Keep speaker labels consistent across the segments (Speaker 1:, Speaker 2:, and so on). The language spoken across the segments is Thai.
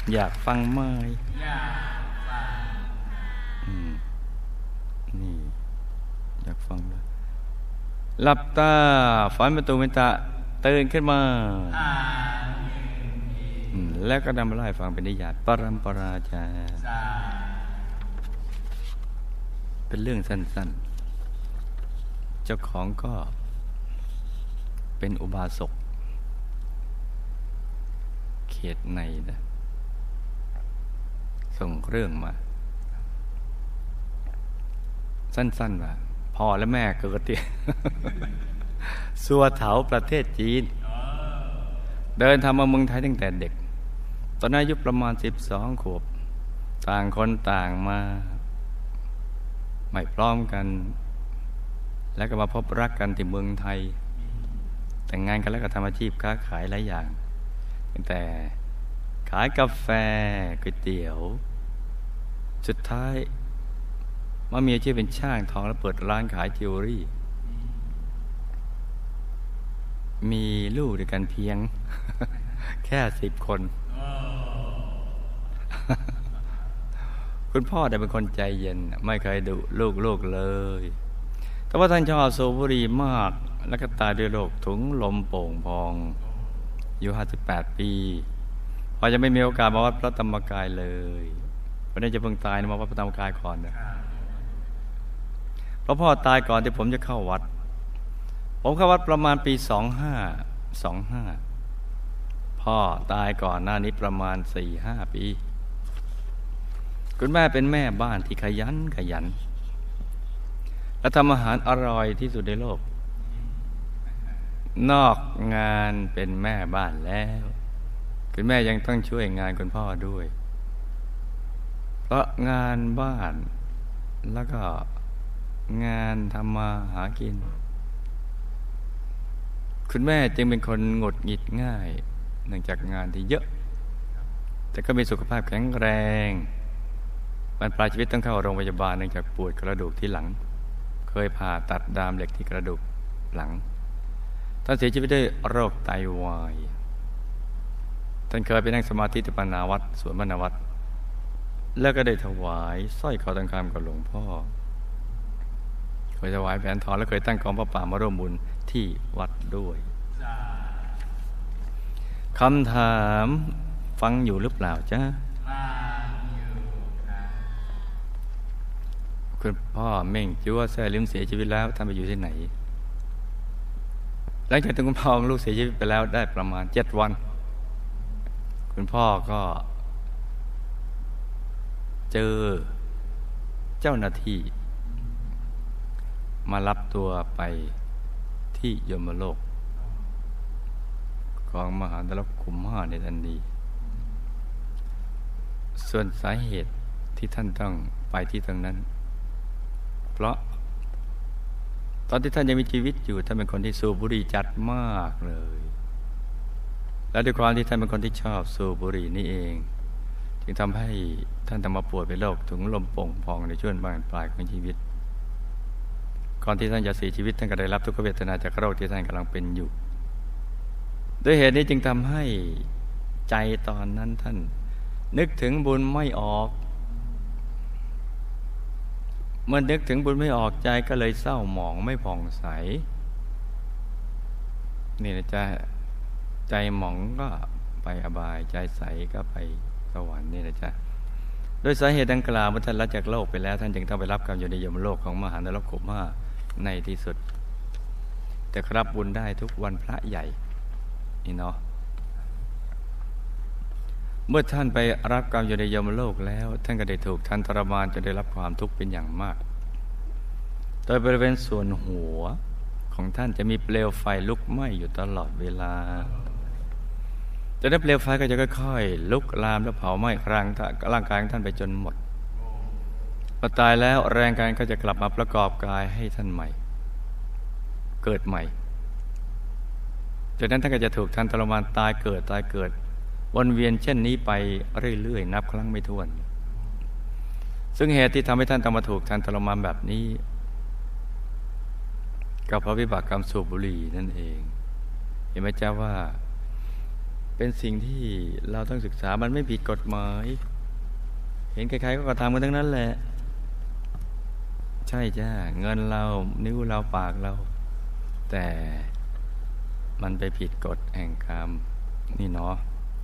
Speaker 1: อยากฟังไหมนี่อยากฟังเลยหลับตาฝันประตูเมตตาตื่นขึ้นมาแล้วก็นำมาเล่าให้ฟังเป็นนิยายปรัมปราชาเป็นเรื่องสั้นๆเจ้าของก็เป็นอุบาสกเขตในนะส่งเรื่องมาสั้นๆว่าพ่อและแม่เกิดที่ สัวเถาประเทศจีนเดินทางมาเมืองไทยตั้งแต่เด็กตอนอายุประมาณ12 ขวบต่างคนต่างมาไม่พร้อมกันแล้วก็มาพบรักกันที่เมืองไทยแต่งงานกันแล้วก็ทำอาชีพค้าขายหลายอย่างตั้งแต่ขายกาแฟก๋วยเตี๋ยวสุดท้ายมามีอาชีพเป็นช่างทองแล้วเปิดร้านขายจิวเวลรี่มีลูกด้วยกันเพียง แค่10 คน คุณพ่อได้เป็นคนใจเย็นไม่เคยดุลูกเลยแต่ว่าท่านชอบสูบบุหรี่มากแล้วก็ตายด้วยโรคถุงลมโป่งพองอยู่58 ปีพอจะไม่มีโอกาสมาวัดพระธรรมกายเลยวันนี้จะเพิ่งตายมาวัดพระธรรมกายก่อนนะเพราะพ่อตายก่อนที่ผมจะเข้าวัดผมเข้าวัดประมาณปี2525พ่อตายก่อนหน้านี้ประมาณ 4-5 ปีคุณแม่เป็นแม่บ้านที่ขยันและทำอาหารอร่อยที่สุดในโลกนอกงานเป็นแม่บ้านแล้วคุณแม่ยังต้องช่วยงานคุณพ่อด้วยเพราะงานบ้านแล้วก็งานทำมาหากินคุณแม่จึงเป็นคนหงุดหงิดง่ายเนื่องจากงานที่เยอะแต่ก็มีสุขภาพแข็งแรงบรรปลายชีวิตต้องเข้าโรงพยาบาลเนื่องจากปวดกระดูกที่หลังเคยผ่าตัดดามเหล็กที่กระดูกหลังท่านเสียชีวิตด้วยโรคไตวายท่านเคยไปนั่งสมาธิที่ปนาวัดสวนปนาวัดแล้วก็ได้ถวายสร้อยคอทองคำกับหลวงพ่อเคยถวายแหวนทองและเคยตั้งกองพระป่ามาร่วมบุญที่วัดด้วยคำถามฟังอยู่หรือเปล่าจ๊ะคุณพ่อเม่งจั่วแซ่ลิ้มเสียชีวิตแล้วท่านไปอยู่ที่ไหนหลังจากที่คุณพ่อลูกเสียชีวิตไปแล้วได้ประมาณ7 วันคุณพ่อก็เจอเจ้าหน้าที่มารับตัวไปที่ยมโลกของมหานรกขุม5ในทันทีส่วนสาเหตุที่ท่านต้องไปที่ตรงนั้นเพราะตอนที่ท่านยังมีชีวิตอยู่ท่านเป็นคนที่สูบบุหรี่จัดมากเลยและด้วยความที่ท่านเป็นคนที่ชอบสูบบุหรี่นี่เองจึงทำให้ท่านต้องมาป่วยเป็นโรคถุงลมโป่งพองในช่วงบานปลายของชีวิตก่อนที่ท่านจะเสียชีวิตท่านก็ได้รับทุกขเวทนาจากโรคที่ท่านกำลังเป็นอยู่ด้วยเหตุนี้จึงทำให้ใจตอนนั้นท่านนึกถึงบุญไม่ออกเมื่อนึกถึงบุญไม่ออกใจก็เลยเศร้าหมองไม่ผ่องใสนี่นะจ๊ะใจหมองก็ไปอบายใจใสก็ไปสวรรค์นี่นะจ๊ะโดยสาเหตุดังกล่าวเมื่อท่านละจากโลกไปแล้วท่านจึงต้องไปรับกรรมอยู่ในยมโลกของมหานรกขุม5ในที่สุดแต่ครับบุญได้ทุกวันพระใหญ่นี่เนาะเมื่อท่านไปรับกรรมอยู่ในยมโลกแล้วท่านก็ได้ถูกท่านทรมานจนได้รับความทุกข์เป็นอย่างมากโดยบริเวณส่วนหัวของท่านจะมีเปลวไฟลุกไหม้อยู่ตลอดเวลาจนนั้นเปลวไฟก็จะค่อยๆลุกลามและเผาไหม้ร่างกายของท่านไปจนหมดพอตายแล้วแรงกายก็จะกลับมาประกอบกายให้ท่านใหม่เกิดใหม่จากนั้นท่านก็จะถูกท่านทรมานตายเกิดวนเวียนเช่นนี้ไปเรื่อยๆนับครั้งไม่ถ้วนซึ่งเหตุที่ทำให้ท่านต้องมาถูกท่านทรมานแบบนี้ก็เพราะวิบากกรรมสูบบุหรี่นั่นเองเห็นไหมจ๊ะว่าเป็นสิ่งที่เราต้องศึกษามันไม่ผิดกฎหมายเห็นใครๆก็กระทำกันทั้งนั้นแหละใช่จ้าเงินเรานิ้วเราปากเราแต่มันไปผิดกฎแห่งกรรมนี่เนาะ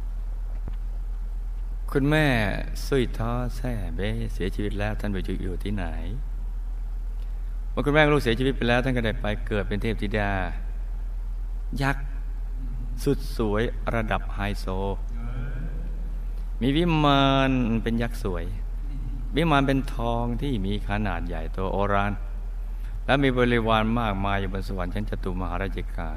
Speaker 1: คุณแม่ซุยท้อแซ่เบ้เสียชีวิตแล้วท่านไปอยู่ที่ไหนเมื่อคุณแม่ลูกเสียชีวิตไปแล้วท่านก็ได้ไปเกิดเป็นเทพธิดายักษ์สุดสวยระดับไฮโซมีวิมานเป็นยักษ์สวยวิมานเป็นทองที่มีขนาดใหญ่โตโอฬารและมีบริวารมากมายอยู่บนสวรรค์ชั้นจตุมหาราชิกา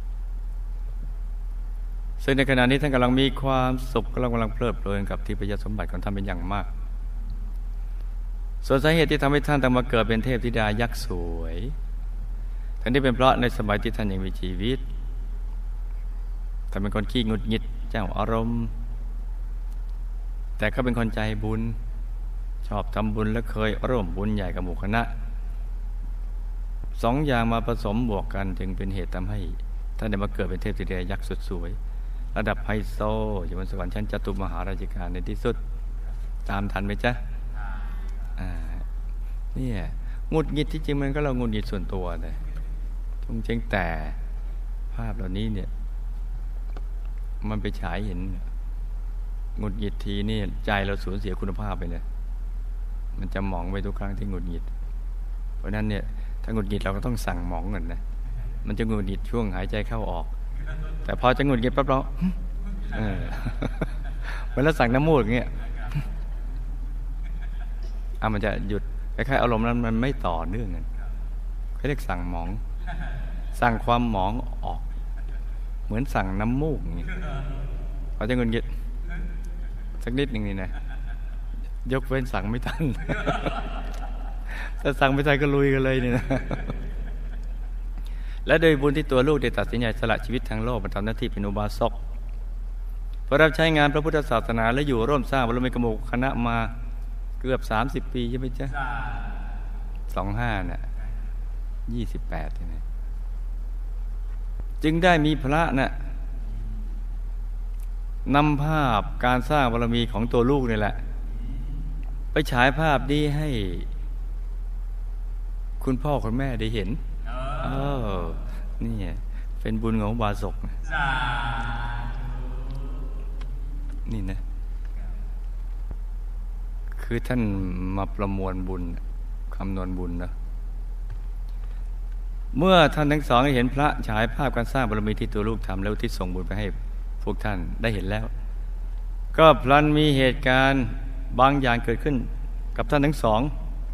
Speaker 1: ซึ่งในขณะนี้ท่านกำลังมีความสุขกำลังเพลิดเพลินกับทิพยสมบัติของท่านเป็นอย่างมากส่วนสาเหตุที่ทำให้ท่านต้องมาเกิดเป็นเทพธิดายักษ์สวยทั้งนี้เป็นเพราะในสมัยที่ท่านยังมีชีวิตท่านเป็นคนขี้หงุดหงิดเจ้าอารมณ์แต่ก็เป็นคนใจบุญชอบทำบุญและเคยร่วมบุญใหญ่กับหมู่คณะสองอย่างมาผสมบวกกันจึงเป็นเหตุทำให้ท่านได้มาเกิดเป็นเทพธิดายักษ์สุดสวยระดับไฮโซอยู่บนสวรรค์ชั้นจตุมหาราชิกาในที่สุดตามทันไหมจ๊ะเนี่ยหงุดหงิดที่จริงมันก็เราหงุดหงิดส่วนตัวเลยทุ่งเจ๊งแต่ภาพเหล่านี้เนี่ยมันไปฉายเห็นหงุดหงิดทีนี่ใจเราสูญเสียคุณภาพไปเลยมันจะหมองไปทุกครั้งที่หงุดหงิดเพราะนั้นเนี่ยถ้าหงุดหงิดเราก็ต้องสั่งหมองก่อนนะมันจะหงุดหงิดช่วงหายใจเข้าออกแต่พอจะหงุดหงิดปั๊บเราเหมือนเราสั่งน้ำมูกอย่างเงี้ยมันจะหยุดคล้ายๆอารมณ์นั้นมันไม่ต่อเนื่องกันเขาเรียกสั่งหมองสั่งความหมองออกเหมือนสั่งน้ำมูกอย่างเงี้ยพอจะหงุดหงิดสักนิดหนึ่งนี่นะยกเว้นสั่งไม่ทันถ้าสั่งไม่ทันก็ลุยกันเลยนี่นะและโดยบุญที่ตัวลูกได้ตัดสินใจสละชีวิตทางโลกมาทำหน้าที่เป็นอุบาสกเพื่อรับใช้งานพระพุทธศาสนาและอยู่ร่วมสร้างบารมีกหมู่คณะมาเกือบ30 ปีใช่ไหมจ๊ะ25น่ะ28ใช่ไหมจึงได้มีพระน่ะนำภาพการสร้างบารมีของตัวลูกนี่แหละไปฉายภาพนี้ให้คุณพ่อคุณแม่ได้เห็นนี่เป็นบุญของอุบาสกนี่นะคือท่านมาประมวลบุญคำนวณบุญนะเมื่อท่านทั้งสองได้เห็นพระฉายภาพการสร้างบารมีที่ตัวลูกทำแล้วที่ส่งบุญไปให้พวกท่านได้เห็นแล้วก็พลันมีเหตุการณ์บางอย่างเกิดขึ้นกับท่านทั้งสอง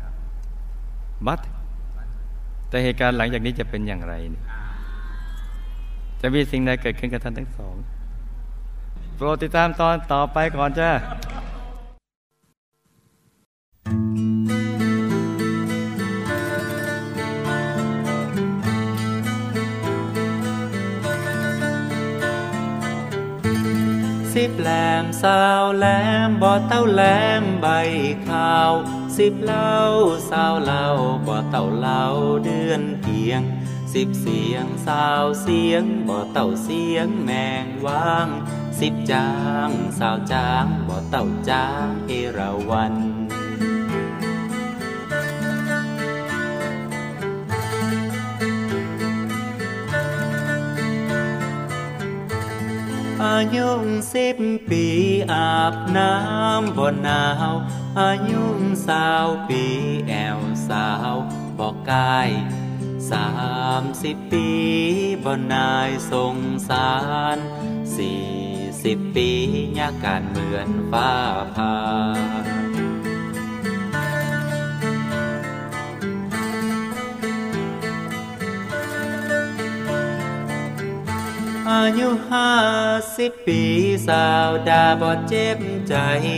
Speaker 1: แต่เหตุการณ์หลังจากนี้จะเป็นอย่างไรจะมีสิ่งใดเกิดขึ้นกับท่านทั้งสองโปรดติดตามตอนต่อไปก่อนจ้า
Speaker 2: 10 แหลมสาวแหลมบ่อเต้าแหลมใบข้าว10 เหล้าสาวเหล้าบ่อเต้าเหล้าเดือนเพียง10 เสียงสาวเสียงบ่อเต้าเสียงแมงว่าง10 จางสาวจางบ่อเต้าจางเอราวัณอายุ10 ปีอาบน้ำบ่หนาวอายุ20 ปีแอวสาวบ่กาย30 ปีบ่นายสงสาร40 ปียาการเหมือนฟ้าผ่าอายุ50 ปีสาวดาบ่เจ็บใจ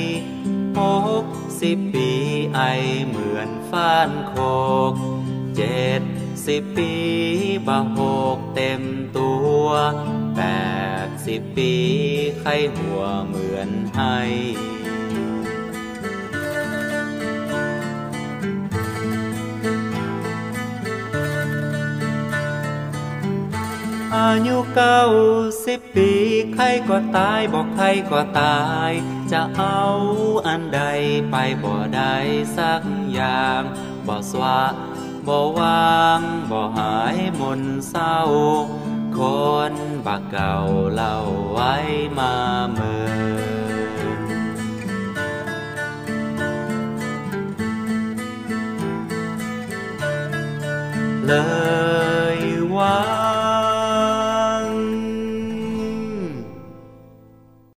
Speaker 2: 60 ปีไอเหมือนฟ้านโคก70 ปีบ่โหกเต็มตัว80 ปีไข้หัวเหมือนไห้อายุ90 ปีใครก็ตายบอกใครก็ตายจะเอาอันใดไปบ่ได้สักอย่างบ่สวะบ่วางบ่หายมนเศร้าคนบักเก่าเล่าไว้มาเมื่อเลย